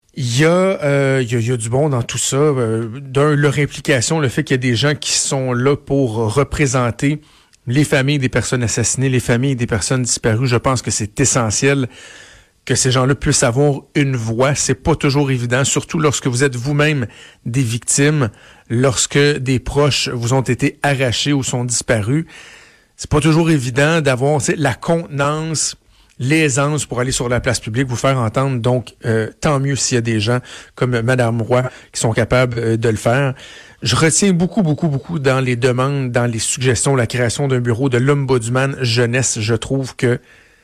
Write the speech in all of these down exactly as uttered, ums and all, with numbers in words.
Il y, euh, il, y a, il y a du bon dans tout ça. Euh, d'un, leur implication, le fait qu'il y a des gens qui sont là pour représenter les familles des personnes assassinées, les familles des personnes disparues. Je pense que c'est essentiel que ces gens-là puissent avoir une voix. C'est pas toujours évident, surtout lorsque vous êtes vous-même des victimes, lorsque des proches vous ont été arrachés ou sont disparus. C'est pas toujours évident d'avoir la contenance, l'aisance pour aller sur la place publique, vous faire entendre. Donc, euh, tant mieux s'il y a des gens comme Mme Roy qui sont capables euh, de le faire. Je retiens beaucoup, beaucoup, beaucoup dans les demandes, dans les suggestions, la création d'un bureau de l'Ombudsman jeunesse. Je trouve que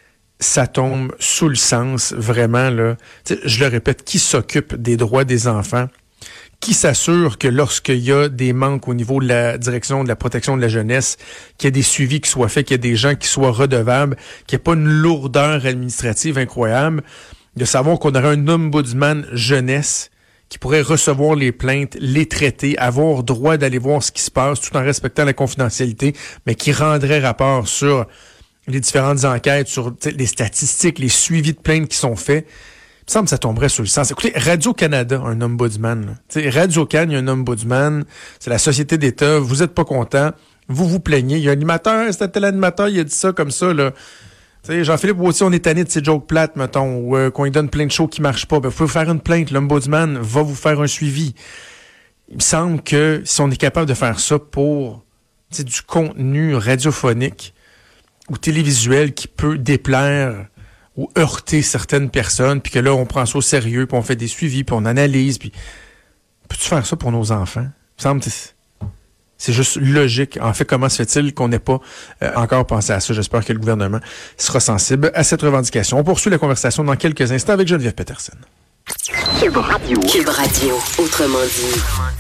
ça tombe sous le sens, vraiment, là. T'sais, je le répète, qui s'occupe des droits des enfants? Qui s'assure que lorsqu'il y a des manques au niveau de la direction de la protection de la jeunesse, qu'il y ait des suivis qui soient faits, qu'il y ait des gens qui soient redevables, qu'il n'y ait pas une lourdeur administrative incroyable, de savoir qu'on aurait un ombudsman jeunesse qui pourrait recevoir les plaintes, les traiter, avoir droit d'aller voir ce qui se passe tout en respectant la confidentialité, mais qui rendrait rapport sur les différentes enquêtes, sur les statistiques, les suivis de plaintes qui sont faits. Il me semble que ça tomberait sur le sens. Écoutez, Radio-Canada a un ombudsman. Radio-Can, il y a un ombudsman. C'est la société d'État. Vous êtes pas content. Vous vous plaignez. Il y a un animateur, c'était tel animateur, il a dit ça comme ça, là. T'sais, Jean-Philippe Wautier, on est tanné de ces jokes plates, mettons, ou euh, qu'on lui donne plein de shows qui marchent pas. Ben, vous pouvez faire une plainte. L'ombudsman va vous faire un suivi. Il me semble que si on est capable de faire ça pour du contenu radiophonique ou télévisuel qui peut déplaire ou heurter certaines personnes, puis que là, on prend ça au sérieux, puis on fait des suivis, puis on analyse, puis peux-tu faire ça pour nos enfants? Il me semble que c'est juste logique. En fait, comment se fait-il qu'on n'ait pas euh, encore pensé à ça? J'espère que le gouvernement sera sensible à cette revendication. On poursuit la conversation dans quelques instants avec Geneviève Peterson. Cube Radio. Cube Radio, autrement dit.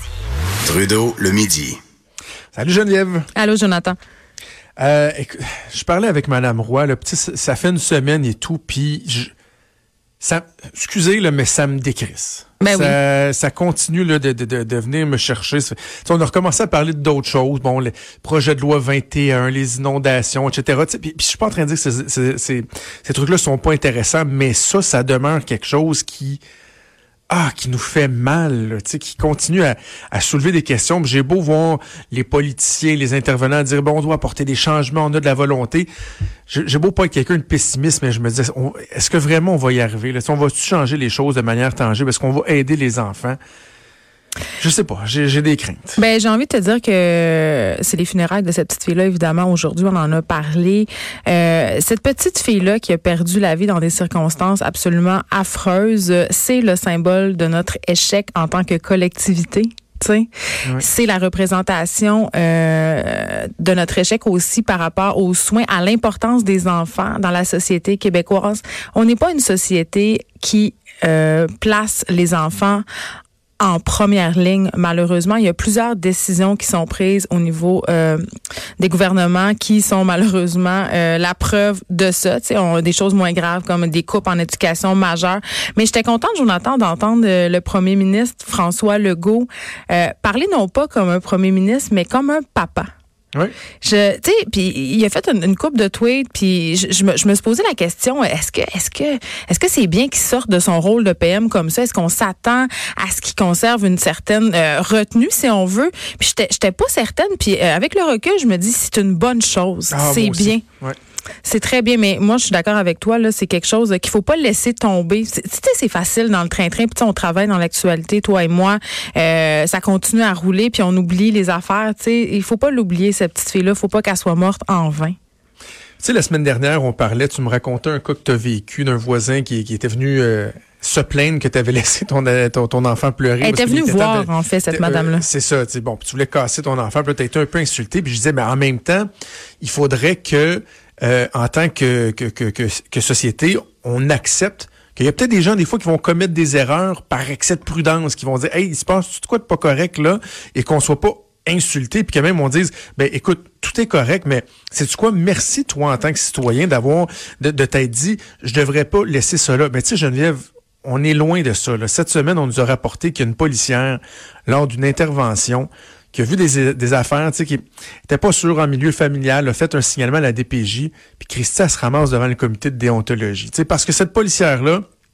Trudeau, le midi. Salut Geneviève. Allô, Jonathan. Euh, écoute, je parlais avec Mme Roy, là, pis ça, ça fait une semaine et tout, puis je, ça, excusez, là, mais ça me décrisse. Ben ça, oui. ça continue là, de, de, de, de venir me chercher. Ça, on a recommencé à parler d'autres choses, bon, le projet de loi vingt et un, les inondations, et cetera. Puis, puis je suis pas en train de dire que c'est, c'est, c'est, ces trucs-là sont pas intéressants, mais ça, ça demeure quelque chose qui... Ah, qui nous fait mal, tu sais, qui continue à, à soulever des questions. J'ai beau voir les politiciens, les intervenants dire, bon, on doit apporter des changements, on a de la volonté. J'ai, j'ai beau pas être quelqu'un de pessimiste, mais je me dis, on, est-ce que vraiment on va y arriver? Là? On va-tu changer les choses de manière tangible? Est-ce qu'on va aider les enfants? Je sais pas, j'ai, j'ai des craintes. Ben, j'ai envie de te dire que c'est les funérailles de cette petite fille-là, évidemment. Aujourd'hui, on en a parlé. Euh, cette petite fille-là qui a perdu la vie dans des circonstances absolument affreuses, c'est le symbole de notre échec en tant que collectivité. Oui. C'est la représentation euh, de notre échec aussi par rapport aux soins, à l'importance des enfants dans la société québécoise. On n'est pas une société qui euh, place les enfants en première ligne. Malheureusement, il y a plusieurs décisions qui sont prises au niveau euh, des gouvernements qui sont malheureusement euh, la preuve de ça. Tu sais, on a des choses moins graves comme des coupes en éducation majeures. Mais j'étais contente, Jonathan, d'entendre euh, le premier ministre François Legault euh, parler non pas comme un premier ministre, mais comme un papa. Oui. Je, tu sais, puis il a fait une, une couple de tweets, puis je, je, me, je me suis posé la question, est-ce que, est-ce que, est-ce que c'est bien qu'il sorte de son rôle de P M comme ça? Est-ce qu'on s'attend à ce qu'il conserve une certaine euh, retenue, si on veut? Puis j'étais, j'étais pas certaine, puis euh, avec le recul, je me dis c'est une bonne chose, ah, c'est bien. Ouais. C'est très bien, mais moi, je suis d'accord avec toi, là, c'est quelque chose qu'il faut pas laisser tomber. Tu sais, c'est facile dans le train-train, puis on travaille dans l'actualité, toi et moi, euh, ça continue à rouler, puis on oublie les affaires, tu sais, il faut pas l'oublier, cette petite fille-là, faut pas qu'elle soit morte en vain. Tu sais, la semaine dernière, on parlait, tu me racontais un cas que tu as vécu d'un voisin qui, qui était venu euh, se plaindre que tu avais laissé ton, ton, ton enfant pleurer. Elle était venue voir, de, en fait, cette madame-là. Euh, c'est ça, tu sais, bon, puis tu voulais casser ton enfant, puis là, tu as été un peu insulté, puis je disais, mais en même temps, il faudrait que Euh, en tant que, que, que, que, que société, on accepte qu'il y a peut-être des gens, des fois, qui vont commettre des erreurs par excès de prudence, qui vont dire, hey, il se passe tout quoi de pas correct, là, et qu'on soit pas insulté, puis quand même, on dise, ben, écoute, tout est correct, mais sais-tu quoi? Merci, toi, en tant que citoyen, d'avoir, de, de t'être dit, je devrais pas laisser ça là. Mais tu sais, Geneviève, on est loin de ça, là. Cette semaine, on nous a rapporté qu'il y a une policière, lors d'une intervention, qui a vu des, des affaires, tu sais, qui était pas sûre en milieu familial, a fait un signalement à la D P J, puis Christy, elle se ramasse devant le comité de déontologie. Tu sais, parce que cette policière-là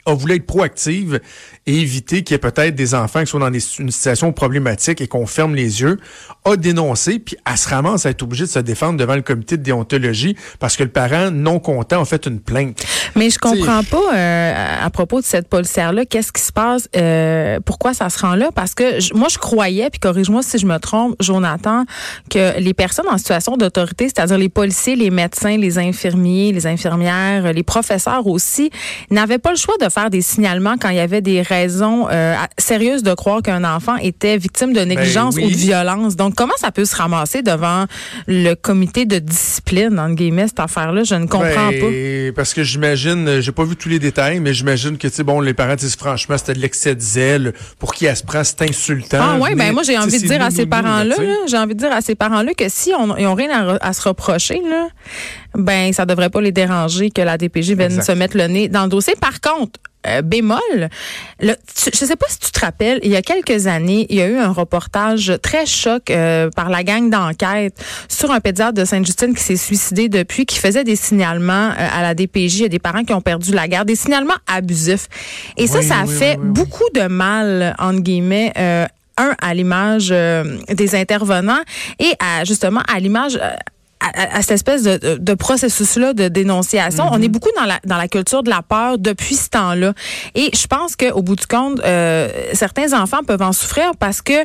a voulu être proactive et éviter qu'il y ait peut-être des enfants qui sont dans des, une situation problématique et qu'on ferme les yeux, a dénoncé, puis elle se ramasse à être obligée de se défendre devant le comité de déontologie parce que le parent non content a fait une plainte. Mais je comprends T'sais, pas, euh, à propos de cette policière-là, qu'est-ce qui se passe, euh, pourquoi ça se rend là? Parce que je, moi, je croyais, puis corrige-moi si je me trompe, Jonathan, que les personnes en situation d'autorité, c'est-à-dire les policiers, les médecins, les infirmiers, les infirmières, les professeurs aussi, n'avaient pas le choix de faire des signalements quand il y avait des raisons euh, sérieuses de croire qu'un enfant était victime de négligence ben oui. ou de violence. Donc, comment ça peut se ramasser devant le comité de discipline, entre guillemets, cette affaire-là? Je ne comprends ben, pas. Parce que j'imagine, j'ai pas vu tous les détails, mais j'imagine que, tu sais, bon, les parents disent franchement, c'était de l'excès de zèle. Pour qui elle se prend, c'est insultant. Ah oui, ben moi, j'ai envie de dire à ces parents-là, là, j'ai envie de dire à ces parents-là que si on, ils ont rien à, à se reprocher, là, ben, ça devrait pas les déranger que la D P J vienne exact. se mettre le nez dans le dossier. Par contre, Euh, bémol, le, tu, je sais pas si tu te rappelles, il y a quelques années, il y a eu un reportage très choc euh, par la gang d'enquête sur un pédiatre de Sainte-Justine qui s'est suicidé depuis, qui faisait des signalements euh, à la D P J. Il y a des parents qui ont perdu la garde, des signalements abusifs. Et oui, ça, ça a oui, fait oui, oui, beaucoup oui. de mal, entre guillemets, euh, un, à l'image euh, des intervenants et à, justement à l'image... Euh, À, à cette espèce de, de, de processus-là de dénonciation. Mm-hmm. On est beaucoup dans la, dans la culture de la peur depuis ce temps-là. Et je pense qu'au bout du compte, euh, certains enfants peuvent en souffrir parce que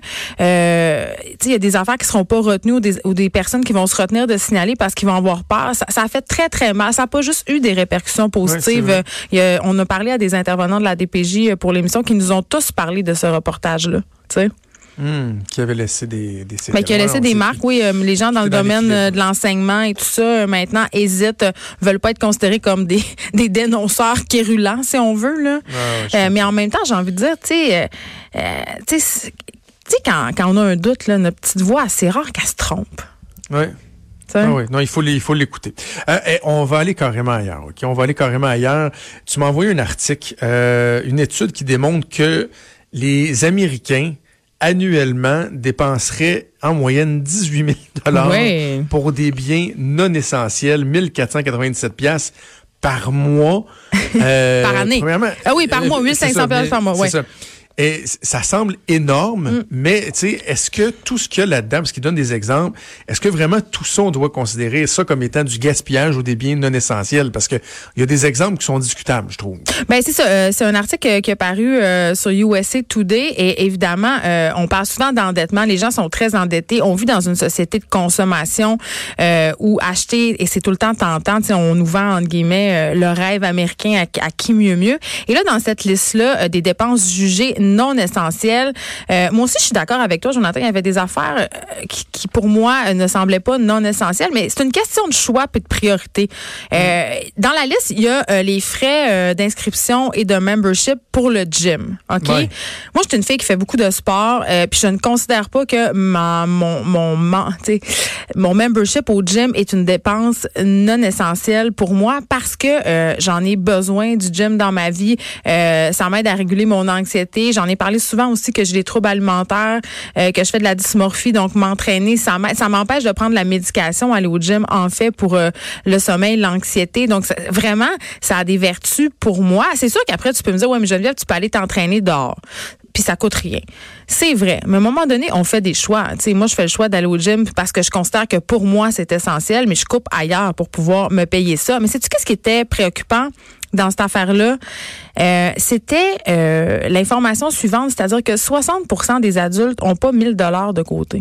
euh, il y a des enfants qui seront pas retenus ou des, ou des personnes qui vont se retenir de signaler parce qu'ils vont avoir peur. Ça, ça a fait très, très mal. Ça n'a pas juste eu des répercussions positives. Ouais, il y a, on a parlé à des intervenants de la D P J pour l'émission qui nous ont tous parlé de ce reportage-là. Tu sais? Mmh, qui avait laissé des, des ben, qui a laissé des marques, oui. Euh, les gens dans le dans domaine euh, de l'enseignement et tout ça, euh, maintenant, hésitent, euh, veulent pas être considérés comme des, des dénonceurs quérulents, si on veut, là. Ah, ouais, euh, mais en même temps, j'ai envie de dire, tu sais, euh, tu sais, quand, quand on a un doute, là, notre petite voix, c'est rare qu'elle se trompe. Oui. Ah oui, non, il faut, il faut l'écouter. Euh, eh, on va aller carrément ailleurs, OK? On va aller carrément ailleurs. Tu m'as envoyé un article, euh, une étude qui démontre que les Américains annuellement dépenserait en moyenne dix-huit mille dollars oui. pour des biens non essentiels, mille quatre cent quatre-vingt-dix-sept piastres par mois. Euh, par année. Ah oui, par mois, mille cinq cents dollars par mois. C'est ouais. ça. Et ça semble énorme, mm. mais tu sais, est-ce que tout ce qu'il y a là-dedans, parce qu'il donne des exemples, est-ce que vraiment tout ça, on doit considérer ça comme étant du gaspillage ou des biens non essentiels? Parce que il y a des exemples qui sont discutables, je trouve. Ben c'est ça. Euh, c'est un article qui est paru euh, sur U S A Today et évidemment, euh, on parle souvent d'endettement. Les gens sont très endettés. On vit dans une société de consommation euh, où acheter, et c'est tout le temps tentant, on nous vend, entre guillemets, euh, le rêve américain à, à qui mieux mieux. Et là, dans cette liste-là, euh, des dépenses jugées non essentielles. Euh, moi aussi, je suis d'accord avec toi, Jonathan. Il y avait des affaires euh, qui, qui, pour moi, euh, ne semblaient pas non essentielles, mais c'est une question de choix et de priorité. Euh, mm. Dans la liste, il y a euh, les frais euh, d'inscription et de membership pour le gym. OK? Ouais. Moi, je suis une fille qui fait beaucoup de sport, euh, puis je ne considère pas que ma, mon, mon, mon, mon membership au gym est une dépense non essentielle pour moi parce que euh, j'en ai besoin du gym dans ma vie. Euh, ça m'aide à réguler mon anxiété. J'en ai parlé souvent aussi que j'ai des troubles alimentaires, euh, que je fais de la dysmorphie, donc m'entraîner, ça m'empêche de prendre la médication, aller au gym, en fait, pour euh, le sommeil, l'anxiété. Donc, ça, vraiment, ça a des vertus pour moi. C'est sûr qu'après, tu peux me dire, ouais, mais Geneviève, tu peux aller t'entraîner dehors. Puis ça coûte rien. C'est vrai. Mais à un moment donné, on fait des choix. Tu sais, moi, je fais le choix d'aller au gym parce que je considère que pour moi, c'est essentiel, mais je coupe ailleurs pour pouvoir me payer ça. Mais sais-tu qu'est-ce qui était préoccupant dans cette affaire-là? Euh, c'était euh, l'information suivante, c'est-à-dire que soixante pour cent des adultes n'ont pas mille dollars de côté.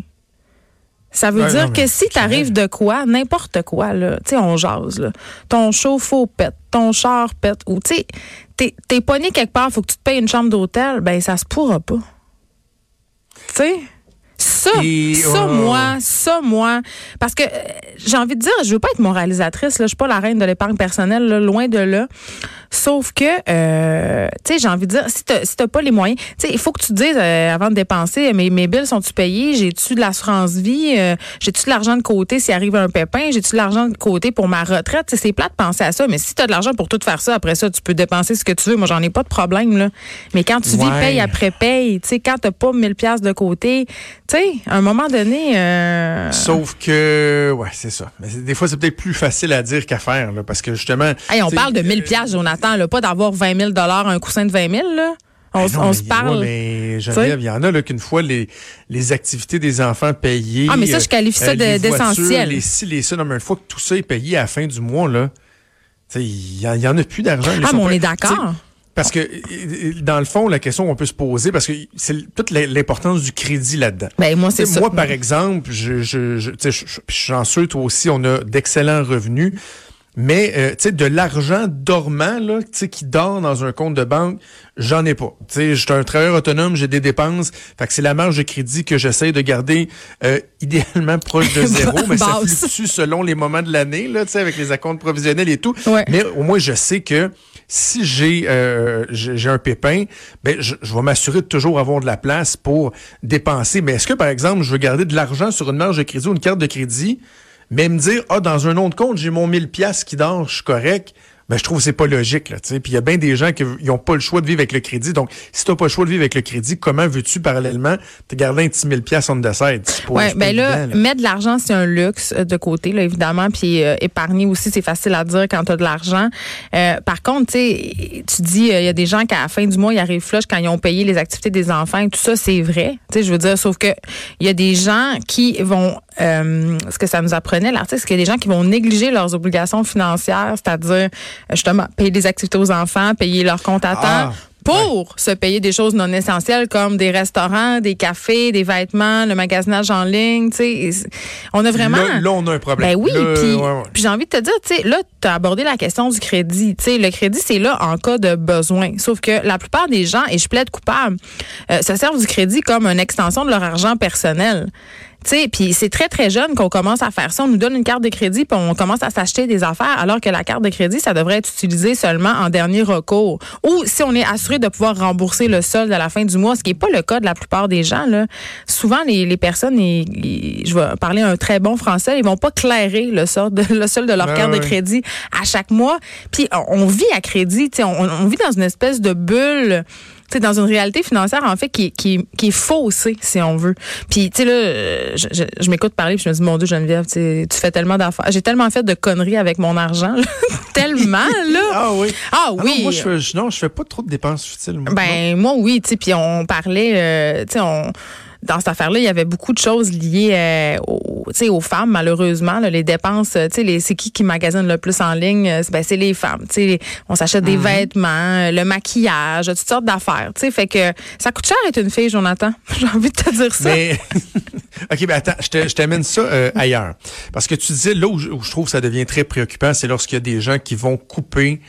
Ça veut ouais, dire non, que si t'arrives de quoi, n'importe quoi, là, tu sais, on jase, là. Ton chauffe-eau pète, ton char pète, ou tu sais, t'es, t'es pogné quelque part, faut que tu te payes une chambre d'hôtel, ben ça se pourra pas. Tu sais? Ça, Et, ça, oh. moi, ça, moi, parce que euh, j'ai envie de dire, je veux pas être moralisatrice, là, je suis pas la reine de l'épargne personnelle, là, loin de là. Sauf que, euh, tu sais, j'ai envie de dire, si t'as, si t'as pas les moyens, tu sais, il faut que tu te dises, euh, avant de dépenser, mes, mes billes sont-tu payées? J'ai-tu de l'assurance vie? Euh, j'ai-tu de l'argent de côté s'il arrive un pépin? J'ai-tu de l'argent de côté pour ma retraite? T'sais, c'est plate de penser à ça, mais si t'as de l'argent pour tout faire ça, après ça, tu peux dépenser ce que tu veux. Moi, j'en ai pas de problème, là. Mais quand tu ouais. vis paye après paye, tu sais, quand t'as pas mille piastres de côté, tu sais, à un moment donné... Euh... Sauf que, ouais, c'est ça. Mais des fois, c'est peut-être plus facile à dire qu'à faire, là, parce que justement... Hey, on parle de mille piastres, Jonathan. attends, là, pas d'avoir vingt mille dollars un coussin de vingt mille, là. On, ben non, on mais, se parle. Ouais, mais Geneviève, il y en a là qu'une fois les, les activités des enfants payées. Ah, mais ça, je qualifie ça euh, de, les d'essentiel. Voitures, les ci, les ça. Non, mais une fois que tout ça est payé à la fin du mois, là, il y, y en a plus d'argent. Ah, mais on est d'accord. Parce que, dans le fond, la question qu'on peut se poser, parce que c'est toute l'importance du crédit là-dedans. Ben, moi, c'est ça. Moi, par exemple, je, je, je, je, je, je suis chanceux, toi aussi, on a d'excellents revenus. Mais, euh, tu sais, de l'argent dormant, là, tu sais, qui dort dans un compte de banque, j'en ai pas. Tu sais, je suis un travailleur autonome, j'ai des dépenses. Fait que c'est la marge de crédit que j'essaie de garder euh, idéalement proche de zéro, mais ça fluctue selon les moments de l'année, là, tu sais, avec les acomptes provisionnels et tout. Ouais. Mais au moins, je sais que si j'ai euh, j'ai un pépin, ben je, je vais m'assurer de toujours avoir de la place pour dépenser. Mais est-ce que, par exemple, je veux garder de l'argent sur une marge de crédit ou une carte de crédit, mais me dire, ah, dans un autre compte, j'ai mon mille piastres qui dort, je suis correct, ben je trouve que c'est pas logique, là, tu sais. Puis il y a bien des gens qui n'ont pas le choix de vivre avec le crédit. Donc, si t'as pas le choix de vivre avec le crédit, comment veux-tu, parallèlement, te garder un petit mille piastres on the side? Oui, ben là, évident, là, mettre de l'argent, c'est un luxe de côté, là, évidemment. Puis euh, épargner aussi, c'est facile à dire quand t'as de l'argent. Euh, par contre, tu sais, tu dis, il euh, y a des gens qu'à la fin du mois, ils arrivent flush quand ils ont payé les activités des enfants et tout ça, c'est vrai. Tu sais, je veux dire, sauf que il y a des gens qui vont, euh, ce que ça nous apprenait, l'article, c'est qu'il y a des gens qui vont négliger leurs obligations financières, c'est-à-dire, justement, payer des activités aux enfants, payer leur compte à temps, ah, pour ouais. se payer des choses non essentielles comme des restaurants, des cafés, des vêtements, le magasinage en ligne, tu sais. On a vraiment... Là, là, on a un problème. Ben oui, puis ouais, ouais. j'ai envie de te dire, tu sais, là, tu as abordé la question du crédit. Tu sais, le crédit, c'est là en cas de besoin. Sauf que la plupart des gens, et je plaide coupable, euh, se servent du crédit comme une extension de leur argent personnel. Tu sais, puis c'est très, très jeune qu'on commence à faire ça. On nous donne une carte de crédit puis on commence à s'acheter des affaires alors que la carte de crédit, ça devrait être utilisé seulement en dernier recours. Ou si on est assuré de pouvoir rembourser le solde à la fin du mois, ce qui n'est pas le cas de la plupart des gens, là. Souvent, les, les personnes, les, les, je vais parler un très bon français, ils vont pas clairer le solde, le solde de leur ben carte oui. de crédit à chaque mois. Puis on, on vit à crédit, tu sais, on, on vit dans une espèce de bulle. Tu sais, dans une réalité financière, en fait, qui, qui, qui est faussée, si on veut. Puis, tu sais, là, je, je, je m'écoute parler, puis je me dis, mon Dieu, Geneviève, tu fais tellement d'affaires. J'ai tellement fait de conneries avec mon argent, là. Tellement, là. Ah oui. Ah oui. Ah non, moi, je fais, non, je fais pas trop de dépenses futiles. Moi. Ben, moi, oui, tu sais, puis on parlait, euh, tu sais, on... Dans cette affaire-là, il y avait beaucoup de choses liées euh, aux, aux femmes, malheureusement. Là, les dépenses, les, c'est qui qui magasine le plus en ligne? Ben, c'est les femmes. T'sais, on s'achète des mm-hmm. vêtements, le maquillage, toutes sortes d'affaires. T'sais, fait que ça coûte cher être une fille, Jonathan. J'ai envie de te dire ça. Mais OK, ben attends, je, te, je t'amène ça euh, ailleurs. Parce que tu disais, là où je, où je trouve que ça devient très préoccupant, c'est lorsqu'il y a des gens qui vont couper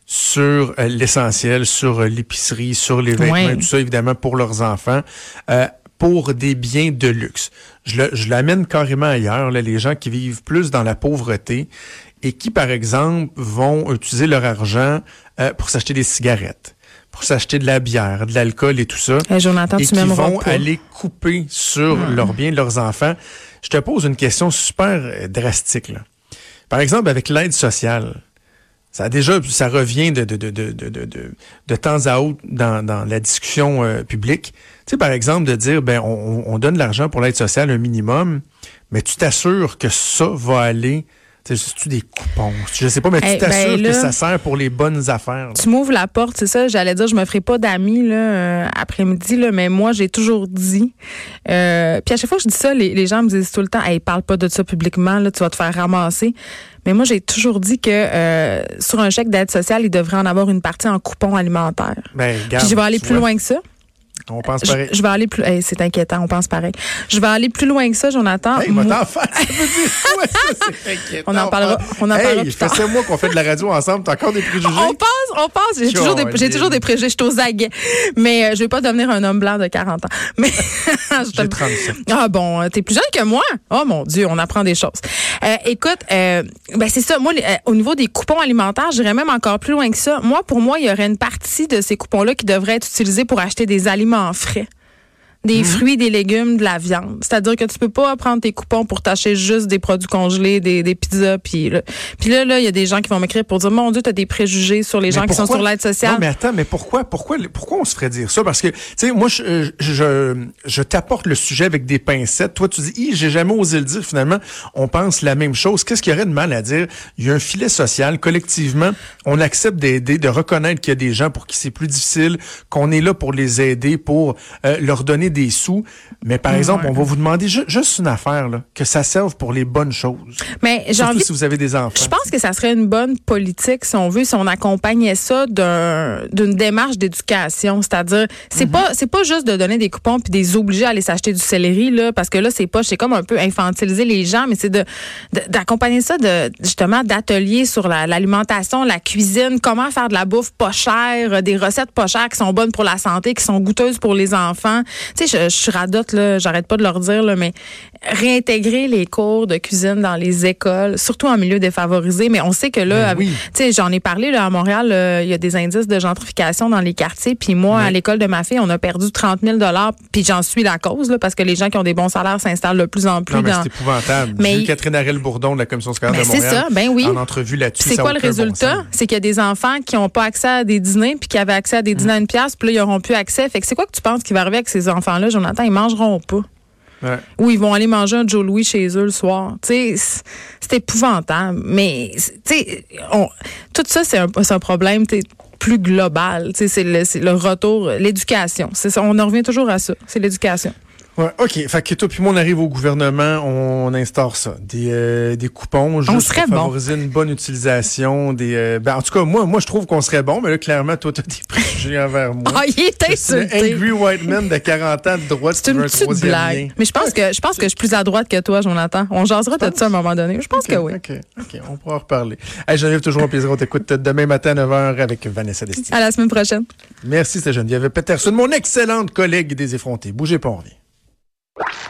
sur euh, l'essentiel, sur euh, l'épicerie, sur les vêtements, ouais. tout ça, évidemment, pour leurs enfants. Euh, pour des biens de luxe. Je, le, je l'amène carrément ailleurs, là, les gens qui vivent plus dans la pauvreté et qui, par exemple, vont utiliser leur argent euh, pour s'acheter des cigarettes, pour s'acheter de la bière, de l'alcool et tout ça, hey, Jonathan, et tu qui vont pas. aller couper sur mmh. leurs biens, leurs enfants. Je te pose une question super drastique. Là. Par exemple, avec l'aide sociale, ça a déjà, ça revient de, de, de, de, de, de, de temps à autre dans, dans la discussion euh, publique. Tu sais, par exemple, de dire, ben, on, on donne de l'argent pour l'aide sociale, un minimum, mais tu t'assures que ça va aller, tu sais, c'est-tu des coupons? Je sais pas, mais hey, tu t'assures ben là, que ça sert pour les bonnes affaires. Là. Tu m'ouvres la porte, c'est ça. J'allais dire, je me ferai pas d'amis, là, euh, après-midi, là, mais moi, j'ai toujours dit, euh, puis à chaque fois que je dis ça, les, les gens me disent tout le temps, hey, parle pas de ça publiquement, là, tu vas te faire ramasser. Mais moi, j'ai toujours dit que euh, sur un chèque d'aide sociale, il devrait en avoir une partie en coupons alimentaires. Ben, garde, puis je vais aller plus vois. loin que ça. On pense pareil. Je, je vais aller plus... Hey, c'est inquiétant, on pense pareil. Je vais aller plus loin que ça, Jonathan. Hey, moi, t'en fais, ça veut dire ouais, ça, c'est inquiétant. On en parlera, on en hey, parlera plus tard. Hey, moi qu'on fait de la radio ensemble, t'as encore des préjugés? On pense, on pense. J'ai, toujours des, j'ai toujours des préjugés, je suis aux aguets. Mais euh, je vais pas devenir un homme blanc de quarante ans. Mais je j'ai trente-sept. Ah bon, t'es plus jeune que moi? Oh mon Dieu, on apprend des choses. Euh, écoute, euh, ben c'est ça. Moi, euh, au niveau des coupons alimentaires, j'irais même encore plus loin que ça. Moi, pour moi, il y aurait une partie de ces coupons-là qui devraient être utilisés pour acheter des aliments frais. des mmh. fruits, des légumes, de la viande. C'est-à-dire que tu peux pas prendre tes coupons pour t'acheter juste des produits congelés, des, des pizzas. Puis là, puis là, là, il y a des gens qui vont m'écrire pour dire, mon Dieu, t'as des préjugés sur les mais gens pourquoi? qui sont sur l'aide sociale. Non, mais attends, mais pourquoi, pourquoi, pourquoi on se ferait dire ça? Parce que, tu sais, moi, je, je, je t'apporte le sujet avec des pincettes. Toi, tu dis, j'ai jamais osé le dire. Finalement, on pense la même chose. Qu'est-ce qu'il y aurait de mal à dire? Il y a un filet social. Collectivement, on accepte d'aider, de reconnaître qu'il y a des gens pour qui c'est plus difficile, qu'on est là pour les aider, pour euh, leur donner des sous. Mais par exemple, ouais. on va vous demander ju- juste une affaire, là, que ça serve pour les bonnes choses. Mais j'ai Surtout envie... si vous avez des enfants. Je pense que ça serait une bonne politique, si on veut, si on accompagnait ça d'un, d'une démarche d'éducation. C'est-à-dire, c'est mm-hmm. pas, c'est pas juste de donner des coupons puis des obliger à aller s'acheter du céleri, là, parce que là, c'est pas, c'est comme un peu infantiliser les gens, mais c'est de, de d'accompagner ça de, justement, d'ateliers sur la, l'alimentation, la cuisine, comment faire de la bouffe pas chère, des recettes pas chères qui sont bonnes pour la santé, qui sont goûteuses pour les enfants. Tu sais, je, je suis radote, là, j'arrête pas de leur dire, là, mais réintégrer les cours de cuisine dans les écoles, surtout en milieu défavorisé. Mais on sait que là, ben oui. tu sais, j'en ai parlé là à Montréal, euh, il y a des indices de gentrification dans les quartiers. Puis moi, oui. à l'école de ma fille, on a perdu trente mille dollars. Puis j'en suis la cause, là, parce que les gens qui ont des bons salaires s'installent de plus en plus. Non, mais dans... c'est épouvantable. Mais J'ai vu Catherine Harel-Bourdon de la Commission scolaire ben de Montréal. C'est ça, ben oui. En entrevue là-dessus. C'est ça quoi le résultat? Bon c'est qu'il y a des enfants qui n'ont pas accès à des dîners, puis qui avaient accès à des dîners à une pièce, puis là, ils n'auront plus accès. Fait que c'est quoi que tu penses qui va arriver avec ces enfants-là, Jonathan? Ils mangeront pas. Ouais. Ou ils vont aller manger un Joe Louis chez eux le soir. Tu sais, c'est épouvantable. Mais, tu sais, tout ça, c'est un, c'est un problème plus global. Tu sais, c'est le, c'est le retour, l'éducation. C'est ça, on en revient toujours à ça. C'est l'éducation. Ouais, OK. Fait que toi puis moi, on arrive au gouvernement, on instaure ça. Des, euh, des coupons juste on serait pour favoriser bon. une bonne utilisation. Des, euh, ben, en tout cas, moi, moi, je trouve qu'on serait bon, mais là, clairement, toi, t'as des préjugés envers moi. Ah, il est insulté. Angry white man de quarante ans de droite. C'est une petite blague. Lien. Mais je pense que je pense que je suis plus à droite que toi, Jonathan. On jasera de ça à un moment donné. Je pense okay, que oui. OK, OK. On pourra en reparler. Hey, Geneviève, toujours un plaisir. On t'écoute demain matin à neuf heures avec Vanessa Destinée. À la semaine prochaine. Merci, c'est Geneviève Peterson, mon excellente collègue des effrontés. Bougez pas, on revient.